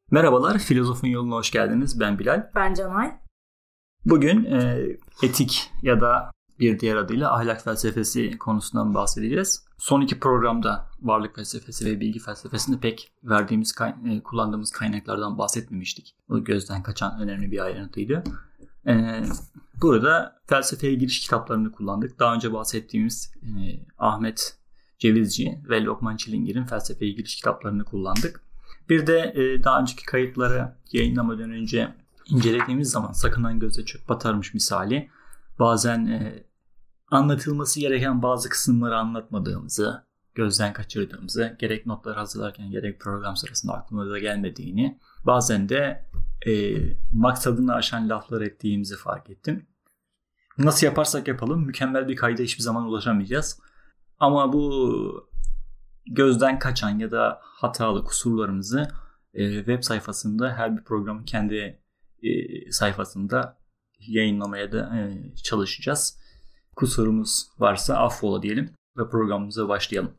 Merhabalar, Filozofun Yoluna hoş geldiniz. Ben Bilal. Ben Canay. Bugün etik ya da bir diğer adıyla ahlak felsefesi konusundan bahsedeceğiz. Son iki programda varlık felsefesi ve bilgi felsefesinde pek kullandığımız kaynaklardan bahsetmemiştik. O gözden kaçan önemli bir ayrıntıydı. Burada felsefeye giriş kitaplarını kullandık. Daha önce bahsettiğimiz Ahmet Cevizci ve Lokman Çilingir'in felsefeye giriş kitaplarını kullandık. Bir de daha önceki kayıtları yayınlamadan önce incelediğimiz zaman sakınan göze çöp batarmış misali bazen anlatılması gereken bazı kısımları anlatmadığımızı, gözden kaçırdığımızı, gerek notları hazırlarken gerek program sırasında aklımıza gelmediğini, bazen de maksadını aşan laflar ettiğimizi fark ettim. Nasıl yaparsak yapalım mükemmel bir kayda hiçbir zaman ulaşamayacağız. Ama bu gözden kaçan ya da hatalı kusurlarımızı web sayfasında her bir programın kendi sayfasında yayınlamaya da çalışacağız. Kusurumuz varsa affola diyelim ve programımıza başlayalım.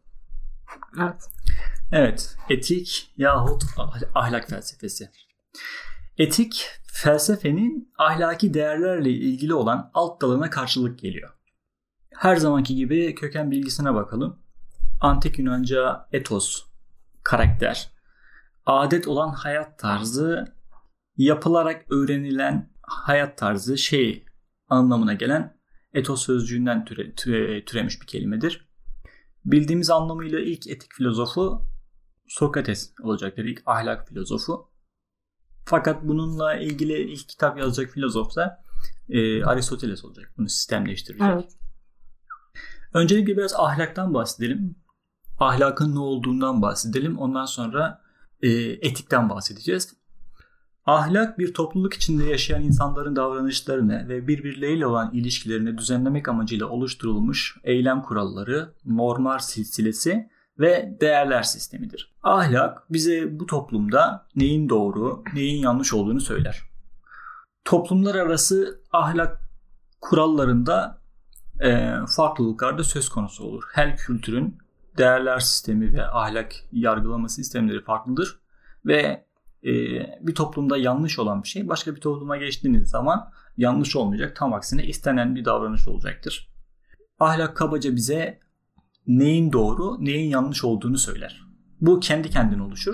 Evet, etik yahut ahlak felsefesi. Etik, felsefenin ahlaki değerlerle ilgili olan alt dalına karşılık geliyor. Her zamanki gibi köken bilgisine bakalım. Antik Yunanca etos, karakter, adet olan hayat tarzı, yapılarak öğrenilen hayat tarzı anlamına gelen etos sözcüğünden türemiş bir kelimedir. Bildiğimiz anlamıyla ilk etik filozofu Sokrates olacaktır, ilk ahlak filozofu. Fakat bununla ilgili ilk kitap yazacak filozof da Aristoteles olacak. Bunu sistemleştirecek. Evet. Öncelikle biraz ahlaktan bahsedelim. Ahlakın ne olduğundan bahsedelim. Ondan sonra etikten bahsedeceğiz. Ahlak bir topluluk içinde yaşayan insanların davranışlarını ve birbirleriyle olan ilişkilerini düzenlemek amacıyla oluşturulmuş eylem kuralları, normlar silsilesi ve değerler sistemidir. Ahlak bize bu toplumda neyin doğru, neyin yanlış olduğunu söyler. Toplumlar arası ahlak kurallarında farklılıklar da söz konusu olur. Her kültürün değerler sistemi ve ahlak yargılama sistemleri farklıdır ve bir toplumda yanlış olan bir şey başka bir topluma geçtiğiniz zaman yanlış olmayacak. Tam aksine istenen bir davranış olacaktır. Ahlak kabaca bize neyin doğru, neyin yanlış olduğunu söyler. Bu kendi kendine oluşur.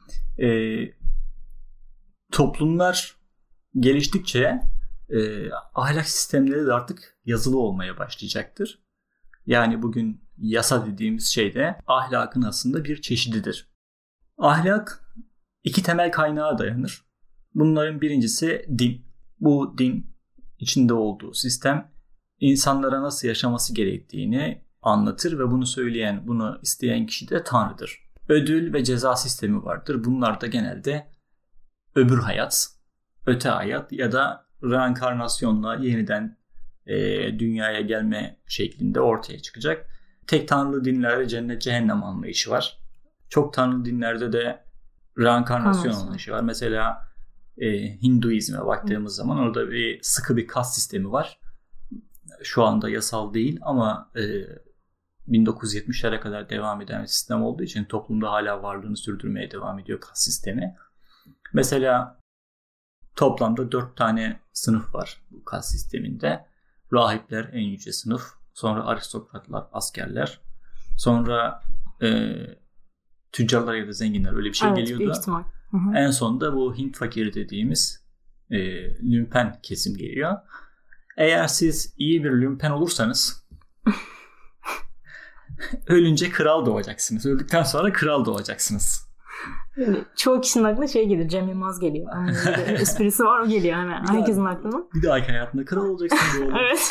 Toplumlar geliştikçe ahlak sistemleri de artık yazılı olmaya başlayacaktır. Yani bugün yasa dediğimiz şey de ahlakın aslında bir çeşididir. Ahlak iki temel kaynağa dayanır. Bunların birincisi din. Bu din içinde olduğu sistem insanlara nasıl yaşaması gerektiğini anlatır ve bunu söyleyen, bunu isteyen kişi de Tanrı'dır. Ödül ve ceza sistemi vardır. Bunlar da genelde öbür hayat, öte hayat ya da reenkarnasyonla yeniden dünyaya gelme şeklinde ortaya çıkacak. Tek tanrılı dinlerde cennet cehennem anlayışı var. Çok tanrılı dinlerde de reenkarnasyon anlayışı var. Mesela Hinduizme baktığımız zaman orada sıkı bir kast sistemi var. Şu anda yasal değil ama 1970'lere kadar devam eden bir sistem olduğu için toplumda hala varlığını sürdürmeye devam ediyor kast sistemi. Mesela toplamda 4 tane sınıf var bu kast sisteminde. Rahipler en yüce sınıf, sonra aristokratlar, askerler, sonra tüccarlar ya da zenginler, öyle bir şey geliyordu. En sonunda bu Hint fakiri dediğimiz lümpen kesim geliyor. Eğer siz iyi bir lümpen olursanız ölünce kral doğacaksınız. Öldükten sonra kral doğacaksınız. Yani çoğu kişinin aklına gelir. Cem Yılmaz geliyor. Esprisi var, o geliyor hemen. Herkesin aklına. Bir dahaki hayatında kral olacaksın. Evet.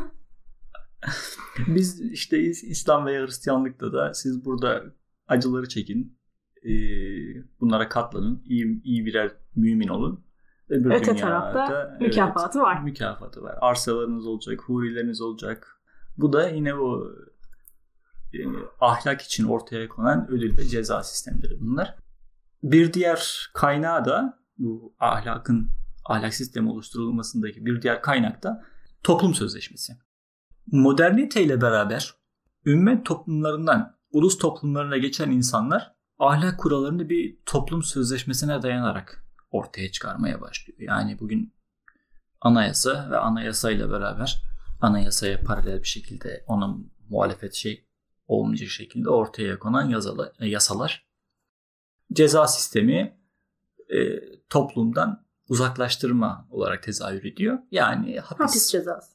Biz işte İslam veya Hristiyanlıkta da siz burada acıları çekin. Bunlara katlanın. İyi birer mümin olun. Öte tarafta mükafatı var. Mükafatı var. Arsalarınız olacak, hurileriniz olacak. Bu da yine o ahlak için ortaya konan ödül ve ceza sistemleri bunlar. Bir diğer kaynağı da bu ahlak sistemi oluşturulmasındaki bir diğer kaynak da toplum sözleşmesi. Modernite ile beraber ümmet toplumlarından ulus toplumlarına geçen insanlar ahlak kurallarını bir toplum sözleşmesine dayanarak ortaya çıkarmaya başlıyor. Yani bugün anayasa ve anayasayla beraber anayasaya paralel bir şekilde onun muhalefet olmayacak şekilde ortaya konan yasalar, ceza sistemi toplumdan uzaklaştırma olarak tezahür ediyor. Yani hapis cezası.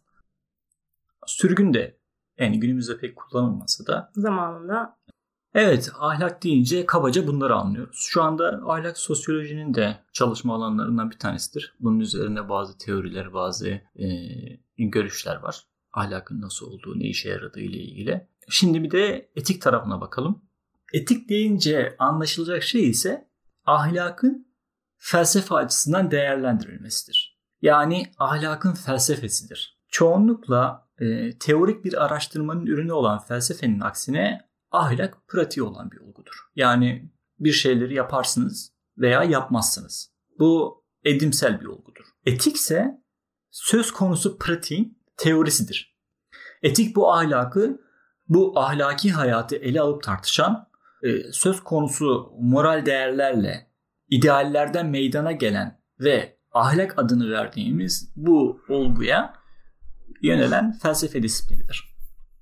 Sürgün de yani günümüzde pek kullanılmasa da zamanında. Evet, ahlak deyince kabaca bunları anlıyoruz. Şu anda ahlak sosyolojinin de çalışma alanlarından bir tanesidir. Bunun üzerine bazı teoriler, bazı görüşler var. Ahlakın nasıl olduğu, ne işe yaradığı ile ilgili. Şimdi bir de etik tarafına bakalım. Etik deyince anlaşılacak şey ise ahlakın felsefe açısından değerlendirilmesidir. Yani ahlakın felsefesidir. Çoğunlukla teorik bir araştırmanın ürünü olan felsefenin aksine ahlak pratiği olan bir olgudur. Yani bir şeyleri yaparsınız veya yapmazsınız. Bu edimsel bir olgudur. Etik ise söz konusu pratiğin teorisidir. Etik bu ahlakı, bu ahlaki hayatı ele alıp tartışan, söz konusu moral değerlerle, ideallerden meydana gelen ve ahlak adını verdiğimiz bu olguya yönelen felsefe disiplinidir.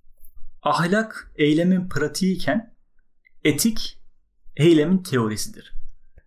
Ahlak eylemin pratiğiyken etik eylemin teorisidir.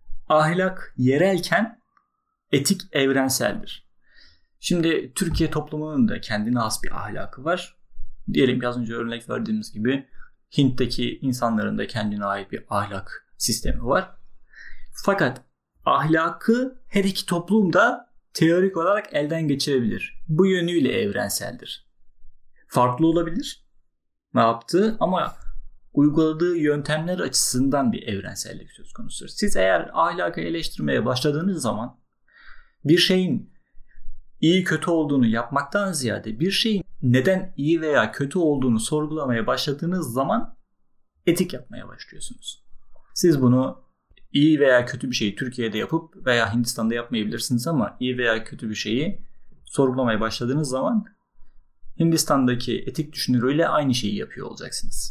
Ahlak yerelken etik evrenseldir. Şimdi Türkiye toplumunun da kendine has bir ahlakı var. Diyelim ki az önce örnek verdiğimiz gibi Hint'teki insanların da kendine ait bir ahlak sistemi var. Fakat ahlakı her iki toplum da teorik olarak elden geçirebilir. Bu yönüyle evrenseldir. Farklı olabilir ne yaptığı ama uyguladığı yöntemler açısından bir evrensellik söz konusudur. Siz eğer ahlakı eleştirmeye başladığınız zaman bir şeyin iyi kötü olduğunu yapmaktan ziyade bir şeyin neden iyi veya kötü olduğunu sorgulamaya başladığınız zaman etik yapmaya başlıyorsunuz. Siz bunu iyi veya kötü bir şeyi Türkiye'de yapıp veya Hindistan'da yapmayabilirsiniz ama iyi veya kötü bir şeyi sorgulamaya başladığınız zaman Hindistan'daki etik düşünürüyle aynı şeyi yapıyor olacaksınız.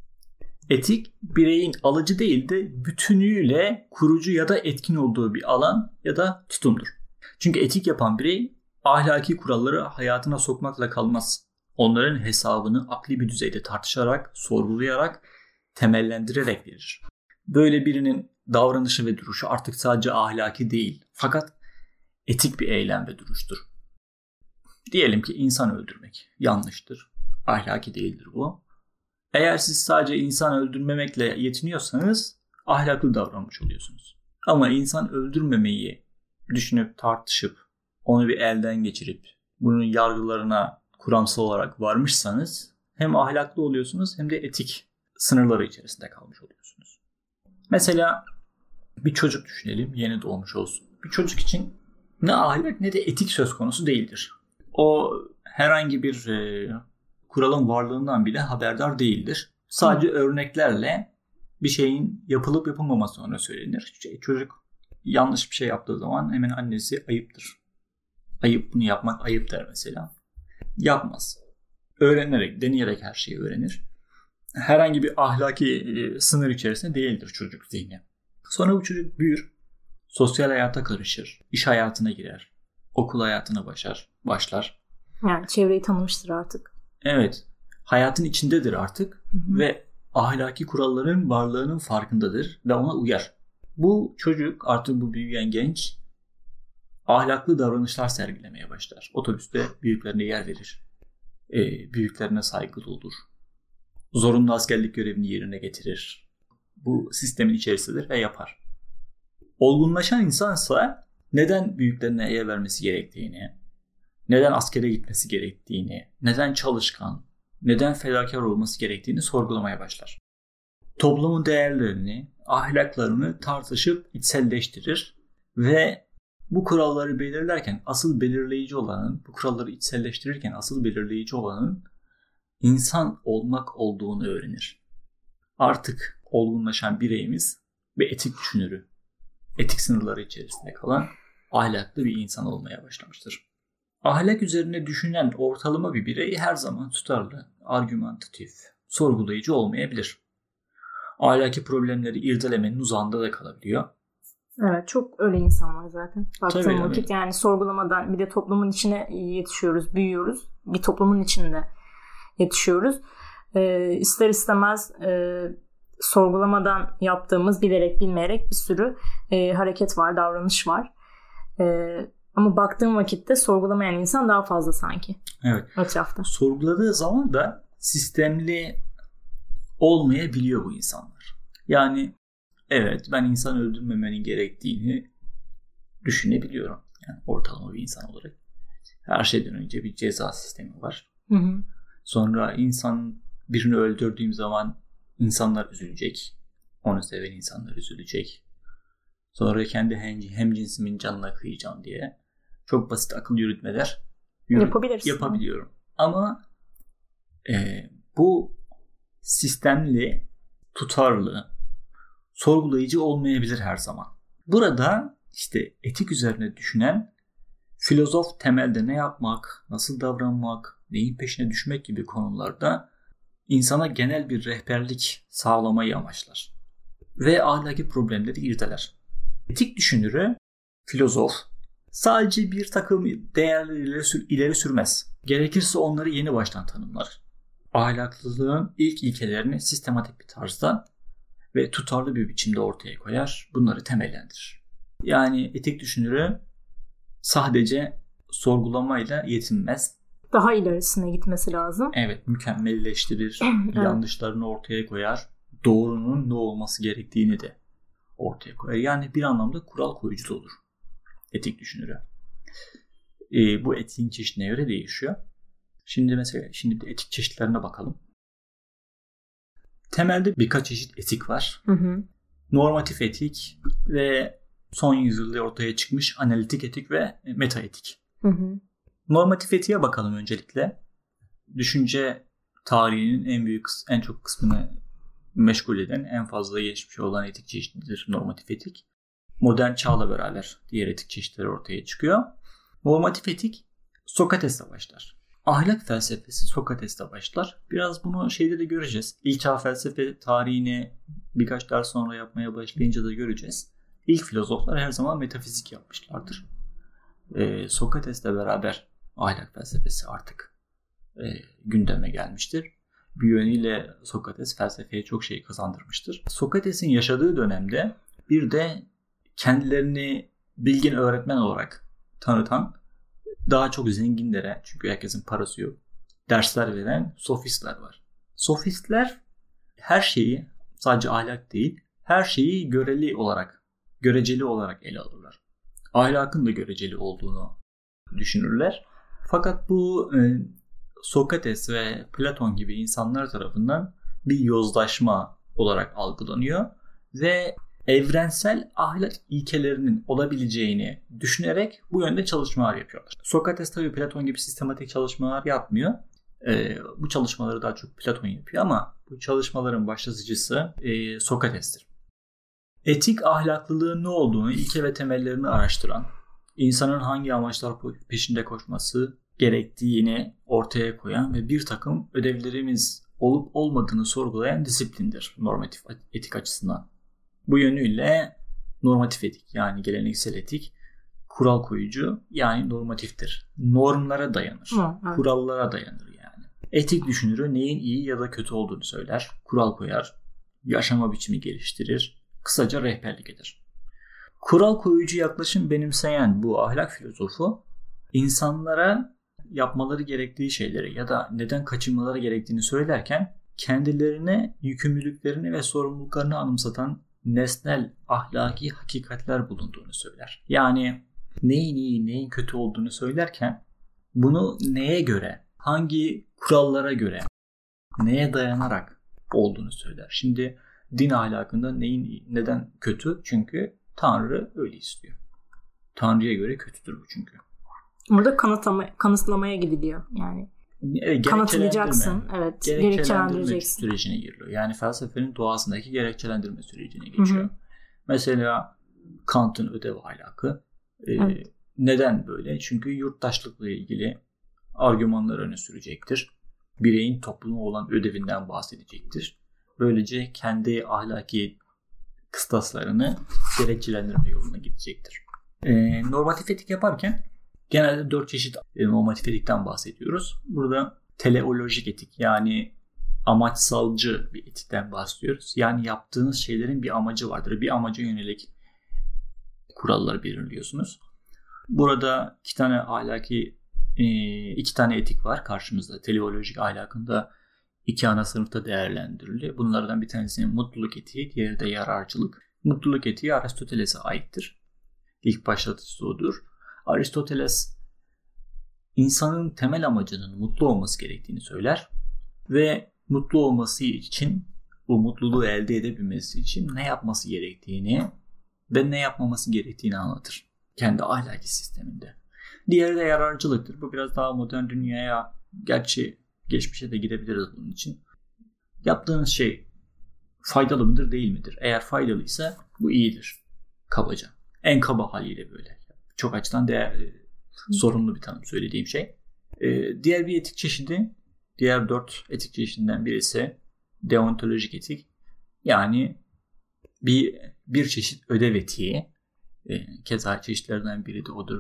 Etik bireyin alıcı değil de bütünüyle kurucu ya da etkin olduğu bir alan ya da tutumdur. Çünkü etik yapan birey ahlaki kuralları hayatına sokmakla kalmaz. Onların hesabını akli bir düzeyde tartışarak, sorgulayarak, temellendirerek verir. Böyle birinin davranışı ve duruşu artık sadece ahlaki değil, fakat etik bir eylem ve duruştur. Diyelim ki insan öldürmek yanlıştır, ahlaki değildir bu. Eğer siz sadece insan öldürmemekle yetiniyorsanız ahlaklı davranmış oluyorsunuz. Ama insan öldürmemeyi düşünüp tartışıp onu bir elden geçirip bunun yargılarına kuramsal olarak varmışsanız hem ahlaklı oluyorsunuz hem de etik sınırları içerisinde kalmış oluyorsunuz. Mesela bir çocuk düşünelim, yeni doğmuş olsun. Bir çocuk için ne ahlak ne de etik söz konusu değildir. O herhangi bir kuralın varlığından bile haberdar değildir. Sadece örneklerle bir şeyin yapılıp yapılmaması ona söylenir. Çocuk yanlış bir şey yaptığı zaman hemen annesi ayıptır. Ayıp, bunu yapmak ayıp der mesela. Yapmaz. Öğrenerek, deneyerek her şeyi öğrenir. Herhangi bir ahlaki sınır içerisinde değildir çocuk zihni. Sonra bu çocuk büyür. Sosyal hayata karışır. İş hayatına girer. Okul hayatına başlar. Yani çevreyi tanımıştır artık. Evet. Hayatın içindedir artık. Hı-hı. Ve ahlaki kuralların varlığının farkındadır ve ona uyar. Bu çocuk artık bu büyüyen genç ahlaklı davranışlar sergilemeye başlar. Otobüste büyüklerine yer verir. Büyüklerine saygılı olur. Zorunlu askerlik görevini yerine getirir. Bu sistemin içerisindedir ve yapar. Olgunlaşan insansa neden büyüklerine yer vermesi gerektiğini, neden askere gitmesi gerektiğini, neden çalışkan, neden fedakar olması gerektiğini sorgulamaya başlar. Toplumun değerlerini, ahlaklarını tartışıp içselleştirir ve bu kuralları belirlerken asıl belirleyici olanın, bu kuralları içselleştirirken asıl belirleyici olanın insan olmak olduğunu öğrenir. Artık olgunlaşan bireyimiz ve etik düşünürü, etik sınırları içerisinde kalan ahlaklı bir insan olmaya başlamıştır. Ahlak üzerine düşünen ortalama bir birey her zaman tutarlı, argümantatif, sorgulayıcı olmayabilir. Ahlaki problemleri irdelemenin uzağında da kalabiliyor. Evet, çok öyle insan var zaten. Baktığım Tabii, vakit yani sorgulamadan, bir de toplumun içine yetişiyoruz, büyüyoruz. Bir toplumun içinde yetişiyoruz. İster istemez sorgulamadan yaptığımız, bilerek bilmeyerek bir sürü hareket var, davranış var. Ama baktığım vakitte sorgulamayan insan daha fazla sanki. Evet. Etrafta. Sorguladığı zaman da sistemli olmayabiliyor bu insanlar. Yani evet, ben insan öldürmemenin gerektiğini düşünebiliyorum. Yani ortalama bir insan olarak. Her şeyden önce bir ceza sistemi var. Hı hı. Sonra insan birini öldürdüğüm zaman insanlar üzülecek. Onu seven insanlar üzülecek. Sonra kendi hemcinsimin canına kıyacağım diye çok basit akıl yürütmeler yapabiliyorum. Ama bu sistemli, tutarlı, sorgulayıcı olmayabilir her zaman. Burada işte etik üzerine düşünen filozof temelde ne yapmak, nasıl davranmak, neyin peşine düşmek gibi konularda insana genel bir rehberlik sağlamayı amaçlar. Ve ahlaki problemleri irdeler. Etik düşünürü, filozof sadece bir takım değerleri ileri sürmez. Gerekirse onları yeni baştan tanımlar. Ahlaklılığın ilk ilkelerini sistematik bir tarzda ve tutarlı bir biçimde ortaya koyar. Bunları temellendirir. Yani etik düşünürü sadece sorgulamayla yetinmez. Daha ilerisine gitmesi lazım. Evet, mükemmelleştirir. Evet. Yanlışlarını ortaya koyar. Doğrunun ne olması gerektiğini de ortaya koyar. Yani bir anlamda kural koyucu da olur etik düşünürü. Bu etiğin çeşidine göre değişiyor. Şimdi de etik çeşitlerine bakalım. Temelde birkaç çeşit etik var. Hı hı. Normatif etik ve son yüzyılda ortaya çıkmış analitik etik ve meta etik. Hı hı. Normatif etiğe bakalım öncelikle. Düşünce tarihinin en çok kısmını meşgul eden, en fazla gelişmiş olan etik çeşididir normatif etik. Modern çağla beraber diğer etik çeşitleri ortaya çıkıyor. Normatif etik Sokrates'le başlar. Ahlak felsefesi Sokrates'le başlar. Biraz bunu şeyde de göreceğiz. İlk çağ felsefe tarihini birkaç ders sonra yapmaya başlayınca da göreceğiz. İlk filozoflar her zaman metafizik yapmışlardır. Sokrates'le beraber ahlak felsefesi artık gündeme gelmiştir. Bir yönüyle Sokrates felsefeye çok şey kazandırmıştır. Sokrates'in yaşadığı dönemde bir de kendilerini bilgin öğretmen olarak tanıtan, daha çok zenginlere, çünkü herkesin parası yok, dersler veren sofistler var. Sofistler her şeyi, sadece ahlak değil, her şeyi göreceli olarak ele alırlar. Ahlakın da göreceli olduğunu düşünürler. Fakat bu Sokrates ve Platon gibi insanlar tarafından bir yozlaşma olarak algılanıyor ve evrensel ahlak ilkelerinin olabileceğini düşünerek bu yönde çalışmalar yapıyorlar. Sokrates tabii Platon gibi sistematik çalışmalar yapmıyor. Bu çalışmaları daha çok Platon yapıyor ama bu çalışmaların başlatıcısı Sokrates'tir. Etik ahlaklılığın ne olduğunu, ilke ve temellerini araştıran, insanın hangi amaçlar peşinde koşması gerektiğini ortaya koyan ve bir takım ödevlerimiz olup olmadığını sorgulayan disiplindir normatif etik açısından. Bu yönüyle normatif etik, yani geleneksel etik, kural koyucu, yani normatiftir. Normlara dayanır, kurallara dayanır yani. Etik düşünürü neyin iyi ya da kötü olduğunu söyler, kural koyar, yaşama biçimi geliştirir, kısaca rehberlik eder. Kural koyucu yaklaşım benimseyen bu ahlak filozofu insanlara yapmaları gerektiği şeyleri ya da neden kaçınmaları gerektiğini söylerken kendilerine yükümlülüklerini ve sorumluluklarını anımsatan nesnel ahlaki hakikatler bulunduğunu söyler. Yani neyin iyi, neyin kötü olduğunu söylerken bunu neye göre, hangi kurallara göre, neye dayanarak olduğunu söyler. Şimdi din ahlakında neyin iyi, neden kötü? Çünkü Tanrı öyle istiyor. Tanrı'ya göre kötüdür bu çünkü. Burada kanıtlamaya gidiliyor yani. Kanıtlayacaksın. Evet. Gerekçelendireceksin. Sürecine giriliyor. Yani felsefenin doğasındaki gerekçelendirme sürecine geçiyor. Hı-hı. Mesela Kant'ın ödev ahlakı. Evet. Neden böyle? Çünkü yurttaşlıkla ilgili argümanlar öne sürecektir. Bireyin topluma olan ödevinden bahsedecektir. Böylece kendi ahlaki kıstaslarını gerekçelendirme yoluna gidecektir. Normatif etik yaparken genelde 4 çeşit normatif etikten bahsediyoruz. Burada teleolojik etik, yani amaçsalcı bir etikten bahsediyoruz. Yani yaptığınız şeylerin bir amacı vardır. Bir amaca yönelik kurallar belirliyorsunuz. Burada iki tane etik var karşımızda. Teleolojik ahlakında 2 ana sınıfta değerlendiriliyor. Bunlardan bir tanesi mutluluk etiği, diğeri de yararcılık. Mutluluk etiği Aristoteles'e aittir. İlk başlatıcısı odur. Aristoteles insanın temel amacının mutlu olması gerektiğini söyler ve mutlu olması için, bu mutluluğu elde edebilmesi için ne yapması gerektiğini ve ne yapmaması gerektiğini anlatır kendi ahlaki sisteminde. Diğeri de yararcılıktır. Bu biraz daha modern dünyaya, gerçi geçmişe de gidebiliriz bunun için. Yaptığınız şey faydalı mıdır, değil midir? Eğer faydalıysa bu iyidir. Kabaca. En kaba haliyle böyle. Çok açıdan sorunlu bir tanım söylediğim şey. Diğer bir etik çeşidi, diğer 4 etik çeşidinden birisi deontolojik etik. Yani bir çeşit ödev etiği. Keza çeşitlerden biri de odur.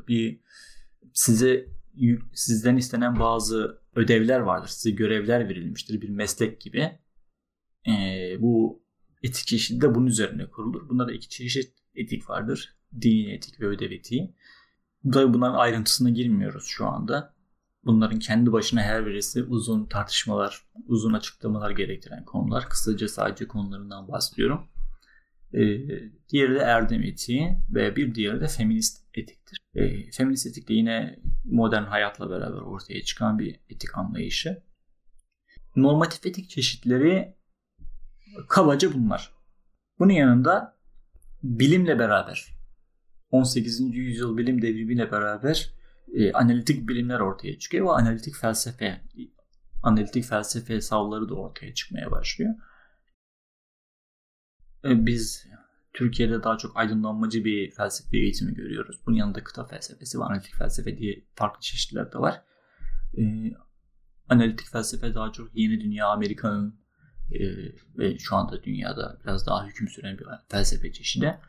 Sizden istenen bazı ödevler vardır. Size görevler verilmiştir. Bir meslek gibi. Bu etik çeşidi de bunun üzerine kurulur. Bunda da 2 çeşit etik vardır. Dini etik ve ödev etiği. Bunların ayrıntısına girmiyoruz şu anda. Bunların kendi başına her birisi uzun tartışmalar, uzun açıklamalar gerektiren konular. Kısaca sadece konularından bahsediyorum. Diğeri de erdem etiği ve bir diğeri de feminist etiktir. Feminist etik de yine modern hayatla beraber ortaya çıkan bir etik anlayışı. Normatif etik çeşitleri kabaca bunlar. Bunun yanında bilimle beraber, 18. yüzyıl bilim devrimiyle beraber analitik bilimler ortaya çıkıyor ve analitik felsefe savları da ortaya çıkmaya başlıyor. Biz Türkiye'de daha çok aydınlanmacı bir felsefe eğitimi görüyoruz. Bunun yanında kıta felsefesi ve analitik felsefe diye farklı çeşitler de var. Analitik felsefe daha çok yeni dünya, Amerika'nın ve şu anda dünyada biraz daha hüküm süren bir felsefe çeşidi.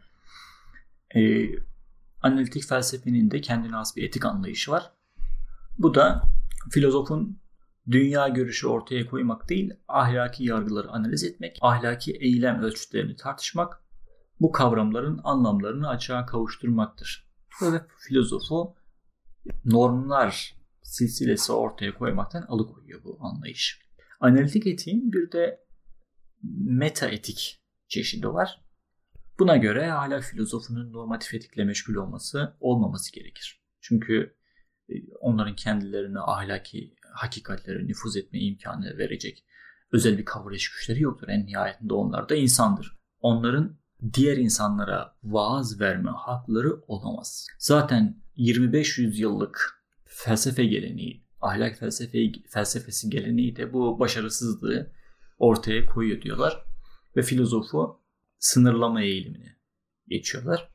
Analitik felsefenin de kendine has bir etik anlayışı var. Bu da filozofun dünya görüşü ortaya koymak değil, ahlaki yargıları analiz etmek, ahlaki eylem ölçütlerini tartışmak, bu kavramların anlamlarını açığa kavuşturmaktır. Ve filozofu normlar silsilesi ortaya koymaktan alıkoyuyor bu anlayış. Analitik etiğin bir de meta etik çeşidi var. Buna göre hala filozofunun normatif etikle meşgul olmaması gerekir. Çünkü onların kendilerine ahlaki hakikatlere nüfuz etme imkanı verecek özel bir kavrayış güçleri yoktur. En nihayetinde onlar da insandır. Onların diğer insanlara vaaz verme hakları olamaz. Zaten 25 yüzyıllık felsefe geleneği, ahlak felsefesi geleneği de bu başarısızlığı ortaya koyuyor diyorlar. Ve filozofu sınırlama eğilimine geçiyorlar.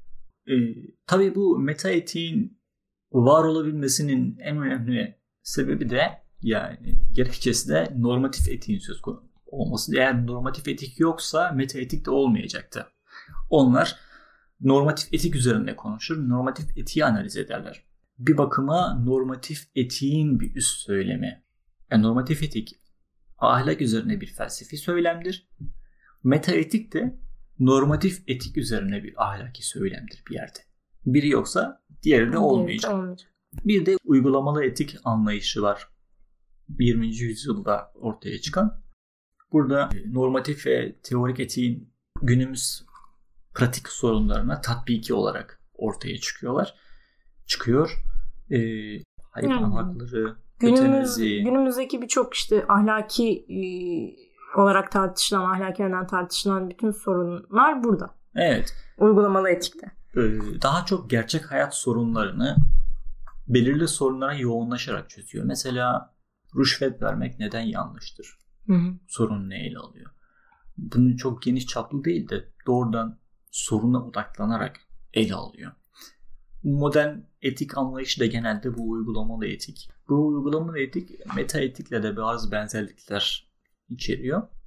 Tabii bu meta etiğin var olabilmesinin en önemli sebebi de, yani gerekçesi de normatif etiğin söz konusu olması. Eğer normatif etik yoksa meta etik de olmayacaktı. Onlar normatif etik üzerinde konuşur, normatif etiği analiz ederler. Bir bakıma normatif etiğin bir üst söylemi. Yani normatif etik ahlak üzerine bir felsefi söylemdir. Meta etik de normatif etik üzerine bir ahlaki söylemdir bir yerde. Biri yoksa diğeri de olmayacak. Bir de uygulamalı etik anlayışı var. 20. yüzyılda ortaya çıkan. Burada normatif ve teorik etiğin günümüz pratik sorunlarına tatbiki olarak ortaya çıkıyor. Hayvan hakları, ötenazi. Günümüzdeki birçok işte ahlaki olarak ahlaki yönden tartışılan bütün sorunlar burada. Evet. Uygulamalı etikte. Daha çok gerçek hayat sorunlarını belirli sorunlara yoğunlaşarak çözüyor. Mesela rüşvet vermek neden yanlıştır? Sorunu ne ele alıyor? Bunu çok geniş çaplı değil de doğrudan soruna odaklanarak ele alıyor. Modern etik anlayışı da genelde bu uygulamalı etik. Bu uygulamalı etik meta etikle de bazı benzerlikler içeriyor.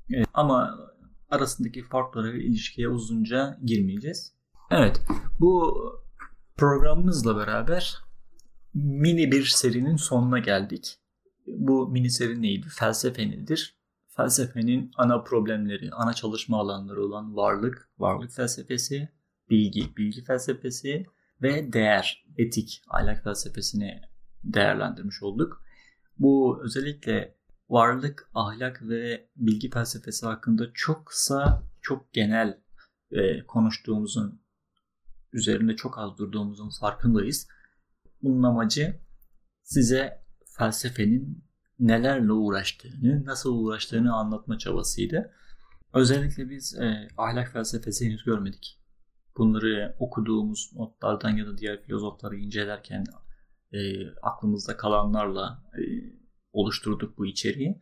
Ama arasındaki farklara ve ilişkiye uzunca girmeyeceğiz. Evet, bu programımızla beraber mini bir serinin sonuna geldik. Bu mini seri neydi? Felsefe nedir? Felsefenin ana problemleri, ana çalışma alanları olan varlık felsefesi, bilgi felsefesi ve değer, etik, ahlak felsefesini değerlendirmiş olduk. Bu özellikle varlık, ahlak ve bilgi felsefesi hakkında çok kısa, çok genel konuştuğumuzun, üzerinde çok az durduğumuzun farkındayız. Bunun amacı size felsefenin nelerle uğraştığını, nasıl uğraştığını anlatma çabasıydı. Özellikle biz ahlak felsefesi henüz görmedik. Bunları okuduğumuz notlardan ya da diğer filozofları incelerken aklımızda kalanlarla oluşturduk bu içeriği.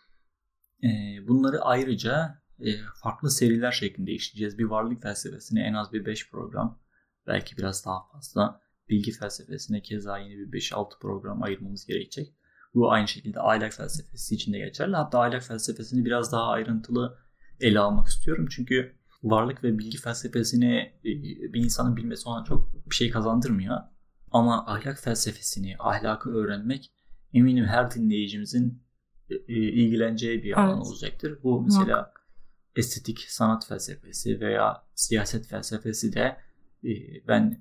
Bunları ayrıca farklı seriler şeklinde işleyeceğiz. Bir varlık felsefesine en az bir 5 program, belki biraz daha fazla. Bilgi felsefesine keza yine bir 5-6 program ayırmamız gerekecek. Bu aynı şekilde ahlak felsefesi için de geçerli. Hatta ahlak felsefesini biraz daha ayrıntılı ele almak istiyorum. Çünkü varlık ve bilgi felsefesini bir insanın bilmesi ona çok bir şey kazandırmıyor. Ama ahlak felsefesini, ahlakı öğrenmek eminim her dinleyicimizin ilgileneceği bir alan olacaktır. Bu mesela estetik sanat felsefesi veya siyaset felsefesi de ben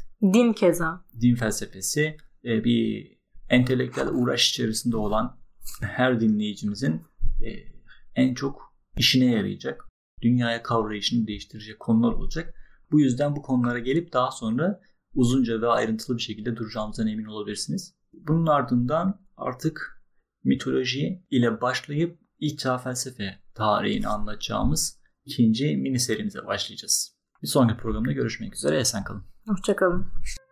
din felsefesi bir entelektüel uğraş içerisinde olan her dinleyicimizin en çok işine yarayacak, dünyaya kavrayışını değiştirecek konular olacak. Bu yüzden bu konulara gelip daha sonra uzunca ve ayrıntılı bir şekilde duracağımızdan emin olabilirsiniz. Bunun ardından artık mitoloji ile başlayıp ilk çağ felsefe tarihini anlatacağımız ikinci mini serimize başlayacağız. Bir sonraki programda görüşmek üzere. Esen kalın. Hoşça kalın.